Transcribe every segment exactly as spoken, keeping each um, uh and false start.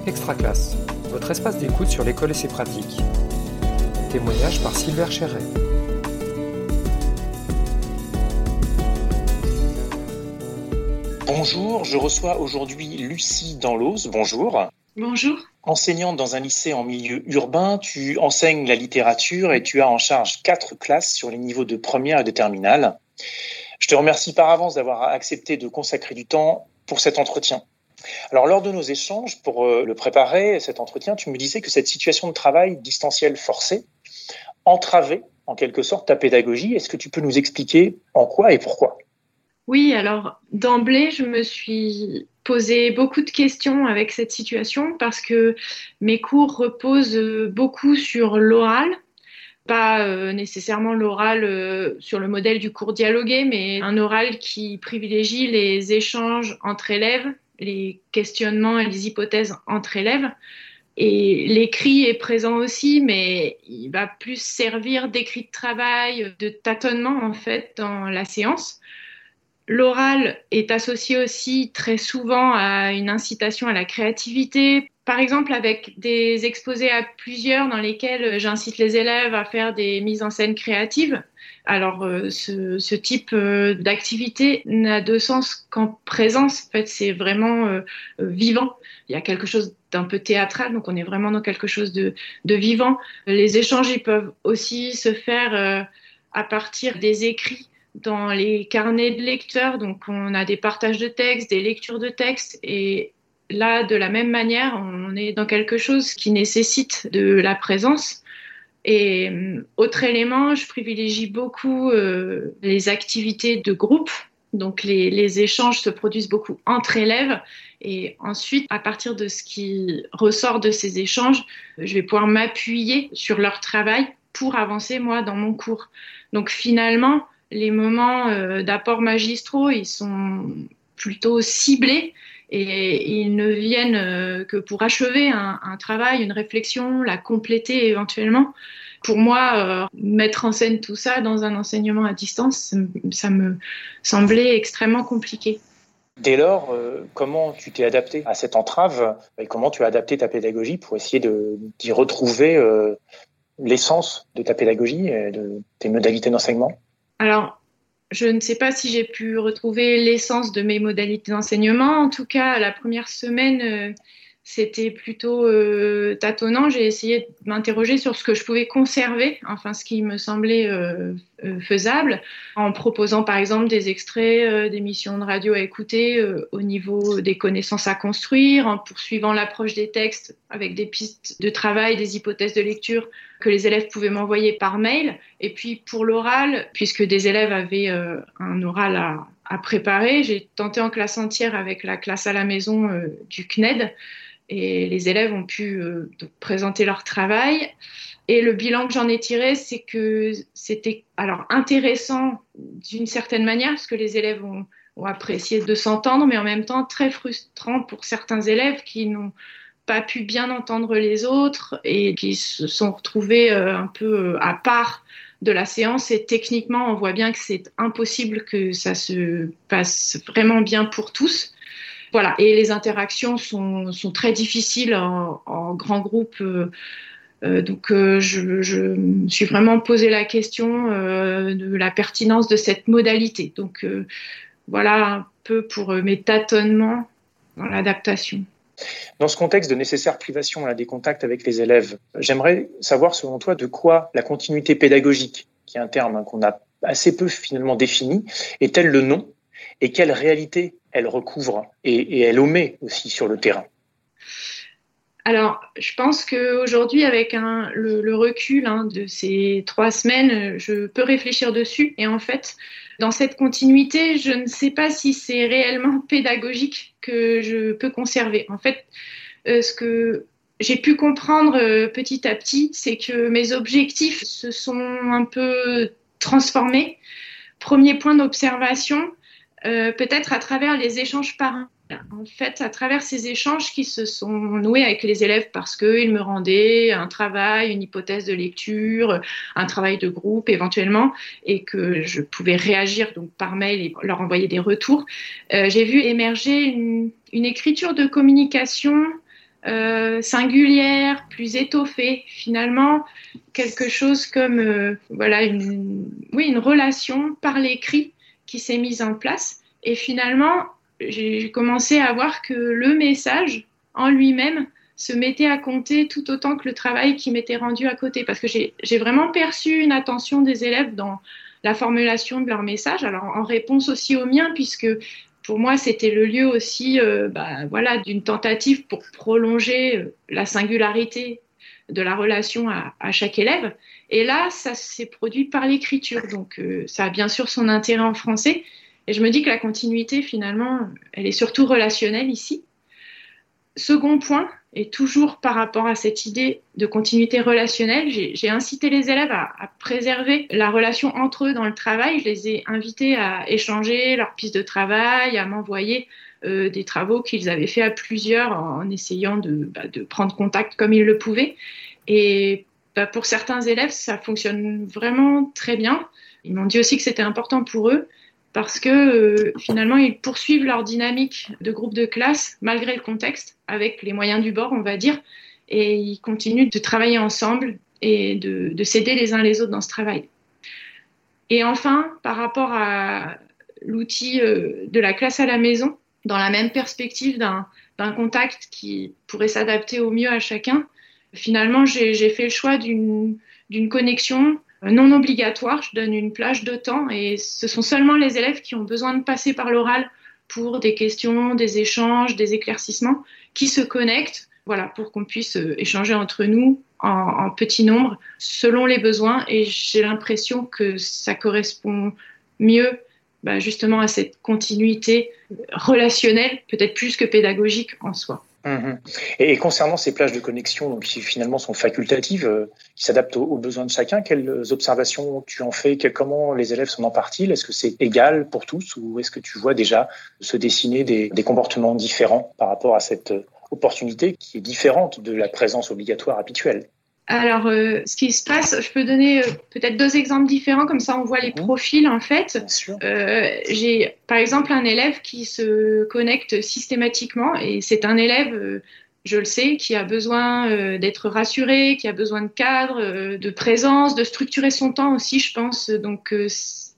Extraclasse, votre espace d'écoute sur l'école et ses pratiques. Témoignage par Sylvain Cherret. Bonjour, je reçois aujourd'hui Lucie dans l'Oise. Bonjour. Bonjour. Enseignante dans un lycée en milieu urbain, tu enseignes la littérature et tu as en charge quatre classes sur les niveaux de première et de terminale. Je te remercie par avance d'avoir accepté de consacrer du temps pour cet entretien. Alors, lors de nos échanges, pour le préparer, cet entretien, tu me disais que cette situation de travail distanciel forcé entravait en quelque sorte ta pédagogie. Est-ce que tu peux nous expliquer en quoi et pourquoi ? Oui, alors d'emblée, je me suis posé beaucoup de questions avec cette situation parce que mes cours reposent beaucoup sur l'oral, pas euh, nécessairement l'oral euh, sur le modèle du cours dialogué, mais un oral qui privilégie les échanges entre élèves, les questionnements et les hypothèses entre élèves. Et l'écrit est présent aussi, mais il va plus servir d'écrit de travail, de tâtonnement en fait dans la séance. L'oral est associé aussi très souvent à une incitation à la créativité, par exemple avec des exposés à plusieurs dans lesquels j'incite les élèves à faire des mises en scène créatives. Alors ce, ce type d'activité n'a de sens qu'en présence. En fait, c'est vraiment euh, vivant. Il y a quelque chose d'un peu théâtral, donc on est vraiment dans quelque chose de, de vivant. Les échanges, ils peuvent aussi se faire euh, à partir des écrits dans les carnets de lecteurs, donc on a des partages de textes, des lectures de textes, et là, de la même manière, on est dans quelque chose qui nécessite de la présence. Et euh, autre élément, je privilégie beaucoup euh, les activités de groupe, donc les, les échanges se produisent beaucoup entre élèves, et ensuite, à partir de ce qui ressort de ces échanges, je vais pouvoir m'appuyer sur leur travail pour avancer, moi, dans mon cours. Donc finalement, les moments euh, d'apport magistraux, ils sont plutôt ciblés et ils ne viennent euh, que pour achever un, un travail, une réflexion, la compléter éventuellement. Pour moi, euh, mettre en scène tout ça dans un enseignement à distance, ça me semblait extrêmement compliqué. Dès lors, euh, comment tu t'es adapté à cette entrave et comment tu as adapté ta pédagogie pour essayer de, d'y retrouver euh, l'essence de ta pédagogie et de tes modalités d'enseignement ? Alors, je ne sais pas si j'ai pu retrouver l'essence de mes modalités d'enseignement. En tout cas, la première semaine, euh, c'était plutôt euh, tâtonnant. J'ai essayé de m'interroger sur ce que je pouvais conserver, enfin ce qui me semblait euh, euh, faisable, en proposant par exemple des extraits euh, d'émissions de radio à écouter euh, au niveau des connaissances à construire, en poursuivant l'approche des textes avec des pistes de travail, des hypothèses de lecture que les élèves pouvaient m'envoyer par mail. Et puis pour l'oral, puisque des élèves avaient euh, un oral à, à préparer, j'ai tenté en classe entière avec la classe à la maison euh, du C N E D. Et les élèves ont pu euh, donc, présenter leur travail. Et le bilan que j'en ai tiré, c'est que c'était alors intéressant d'une certaine manière, parce que les élèves ont, ont apprécié de s'entendre, mais en même temps très frustrant pour certains élèves qui n'ont pas pu bien entendre les autres et qui se sont retrouvés euh, un peu à part de la séance. Et techniquement, on voit bien que c'est impossible que ça se passe vraiment bien pour tous. Voilà, et les interactions sont, sont très difficiles en, en grand groupe. Euh, euh, donc, euh, je, je me suis vraiment posé la question euh, de la pertinence de cette modalité. Donc, euh, voilà un peu pour mes tâtonnements dans l'adaptation. Dans ce contexte de nécessaire privation des contacts avec les élèves, j'aimerais savoir selon toi de quoi la continuité pédagogique, qui est un terme hein, qu'on a assez peu finalement défini, est-elle le nom et quelle réalité elle recouvre et, et elle omet aussi sur le terrain? Alors, je pense qu'aujourd'hui, avec un, le, le recul hein, de ces trois semaines, je peux réfléchir dessus. Et en fait, dans cette continuité, je ne sais pas si c'est réellement pédagogique que je peux conserver. En fait, euh, ce que j'ai pu comprendre euh, petit à petit, c'est que mes objectifs se sont un peu transformés. Premier point d'observation, euh, peut-être à travers les échanges parents. En fait, à travers ces échanges qui se sont noués avec les élèves parce qu'ils me rendaient un travail, une hypothèse de lecture, un travail de groupe éventuellement, et que je pouvais réagir donc par mail et leur envoyer des retours, euh, j'ai vu émerger une, une écriture de communication euh, singulière, plus étoffée. Finalement, quelque chose comme euh, voilà, une, oui, une relation par l'écrit qui s'est mise en place. Et finalement, j'ai commencé à voir que le message en lui-même se mettait à compter tout autant que le travail qui m'était rendu à côté. Parce que j'ai, j'ai vraiment perçu une attention des élèves dans la formulation de leur message, alors en réponse aussi au mien, puisque pour moi, c'était le lieu aussi euh, bah, voilà, d'une tentative pour prolonger euh, la singularité de la relation à, à chaque élève. Et là, ça s'est produit par l'écriture. Donc, euh, ça a bien sûr son intérêt en français. Et je me dis que la continuité, finalement, elle est surtout relationnelle ici. Second point, et toujours par rapport à cette idée de continuité relationnelle, j'ai, j'ai incité les élèves à, à préserver la relation entre eux dans le travail. Je les ai invités à échanger leurs pistes de travail, à m'envoyer euh, des travaux qu'ils avaient fait à plusieurs en, en essayant de, bah, de prendre contact comme ils le pouvaient. Et bah, pour certains élèves, ça fonctionne vraiment très bien. Ils m'ont dit aussi que c'était important pour eux, parce que euh, finalement, ils poursuivent leur dynamique de groupe de classe, malgré le contexte, avec les moyens du bord, on va dire, et ils continuent de travailler ensemble et de, de s'aider les uns les autres dans ce travail. Et enfin, par rapport à l'outil euh, de la classe à la maison, dans la même perspective d'un, d'un contact qui pourrait s'adapter au mieux à chacun, finalement, j'ai, j'ai fait le choix d'une, d'une connexion non obligatoire. Je donne une plage de temps et ce sont seulement les élèves qui ont besoin de passer par l'oral pour des questions, des échanges, des éclaircissements qui se connectent, voilà, pour qu'on puisse échanger entre nous en, en petit nombre selon les besoins. Et j'ai l'impression que ça correspond mieux bah, justement à cette continuité relationnelle, peut-être plus que pédagogique en soi. Mmh. Et concernant ces plages de connexion, donc, qui finalement sont facultatives, euh, qui s'adaptent aux, aux besoins de chacun, quelles observations tu en fais? Quel, comment les élèves s'en emparent-ils? Est-ce que c'est égal pour tous ou est-ce que tu vois déjà se dessiner des, des comportements différents par rapport à cette opportunité qui est différente de la présence obligatoire habituelle? Alors, euh, ce qui se passe, je peux donner euh, peut-être deux exemples différents, comme ça on voit les mmh. profils en fait. Bien sûr. Euh, j'ai par exemple un élève qui se connecte systématiquement et c'est un élève, euh, je le sais, qui a besoin euh, d'être rassuré, qui a besoin de cadre, euh, de présence, de structurer son temps aussi, je pense. Donc, euh,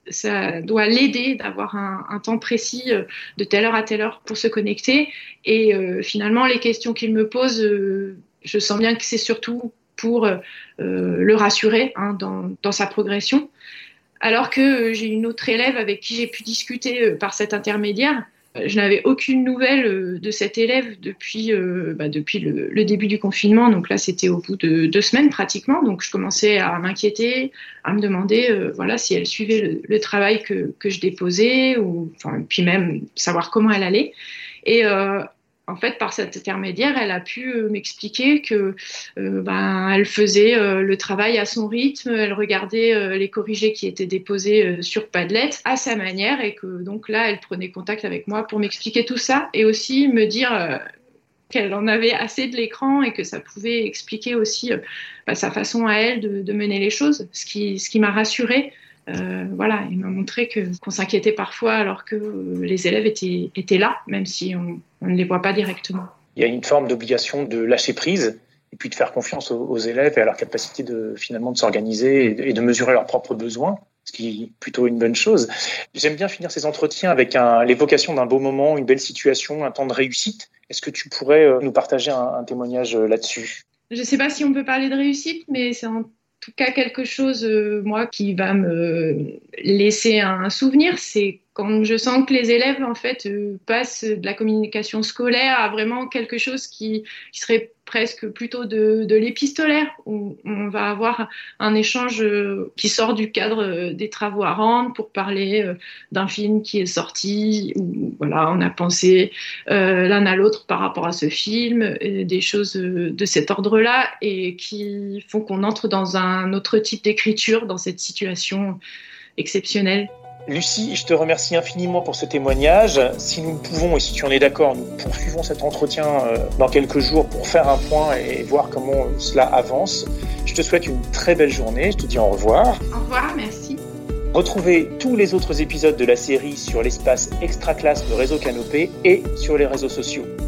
ça doit l'aider d'avoir un, un temps précis euh, de telle heure à telle heure pour se connecter. Et euh, finalement, les questions qu'il me pose, euh, je sens bien que c'est surtout pour euh, le rassurer hein, dans, dans sa progression. Alors que euh, j'ai une autre élève avec qui j'ai pu discuter euh, par cet intermédiaire. Euh, je n'avais aucune nouvelle euh, de cet élève depuis, euh, bah, depuis le, le début du confinement. Donc là, c'était au bout de deux semaines pratiquement. Donc je commençais à m'inquiéter, à me demander euh, voilà, si elle suivait le, le travail que, que je déposais, ou, enfin, puis même savoir comment elle allait. Et euh, en fait, par cet intermédiaire, elle a pu euh, m'expliquer que euh, ben, elle faisait euh, le travail à son rythme, elle regardait euh, les corrigés qui étaient déposés euh, sur Padlet à sa manière et que donc là, elle prenait contact avec moi pour m'expliquer tout ça et aussi me dire euh, qu'elle en avait assez de l'écran et que ça pouvait expliquer aussi euh, ben, sa façon à elle de, de mener les choses, ce qui, ce qui m'a rassurée. Euh, voilà, il m'a montré que, qu'on s'inquiétait parfois alors que euh, les élèves étaient, étaient là, même si on, on ne les voit pas directement. Il y a une forme d'obligation de lâcher prise et puis de faire confiance aux, aux élèves et à leur capacité de, finalement, de s'organiser et de, et de mesurer leurs propres besoins, ce qui est plutôt une bonne chose. J'aime bien finir ces entretiens avec un, l'évocation d'un beau moment, une belle situation, un temps de réussite. Est-ce que tu pourrais nous partager un, un témoignage là-dessus? Je ne sais pas si on peut parler de réussite, mais c'est en tout cas quelque chose, euh, moi, qui va me laisser un souvenir. C'est quand je sens que les élèves, en fait, euh, passent de la communication scolaire à vraiment quelque chose qui, qui serait presque plutôt de, de l'épistolaire, où on va avoir un échange euh, qui sort du cadre euh, des travaux à rendre pour parler euh, d'un film qui est sorti, où voilà, on a pensé euh, l'un à l'autre par rapport à ce film, et des choses euh, de cet ordre-là, et qui font qu'on entre dans un autre type d'écriture, dans cette situation exceptionnelle. Lucie, je te remercie infiniment pour ce témoignage. Si nous le pouvons et si tu en es d'accord, nous poursuivons cet entretien dans quelques jours pour faire un point et voir comment cela avance. Je te souhaite une très belle journée. Je te dis au revoir. Au revoir, merci. Retrouvez tous les autres épisodes de la série sur l'espace extra-classe de Réseau Canopé et sur les réseaux sociaux.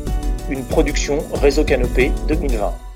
une production Réseau Canopé deux mille vingt.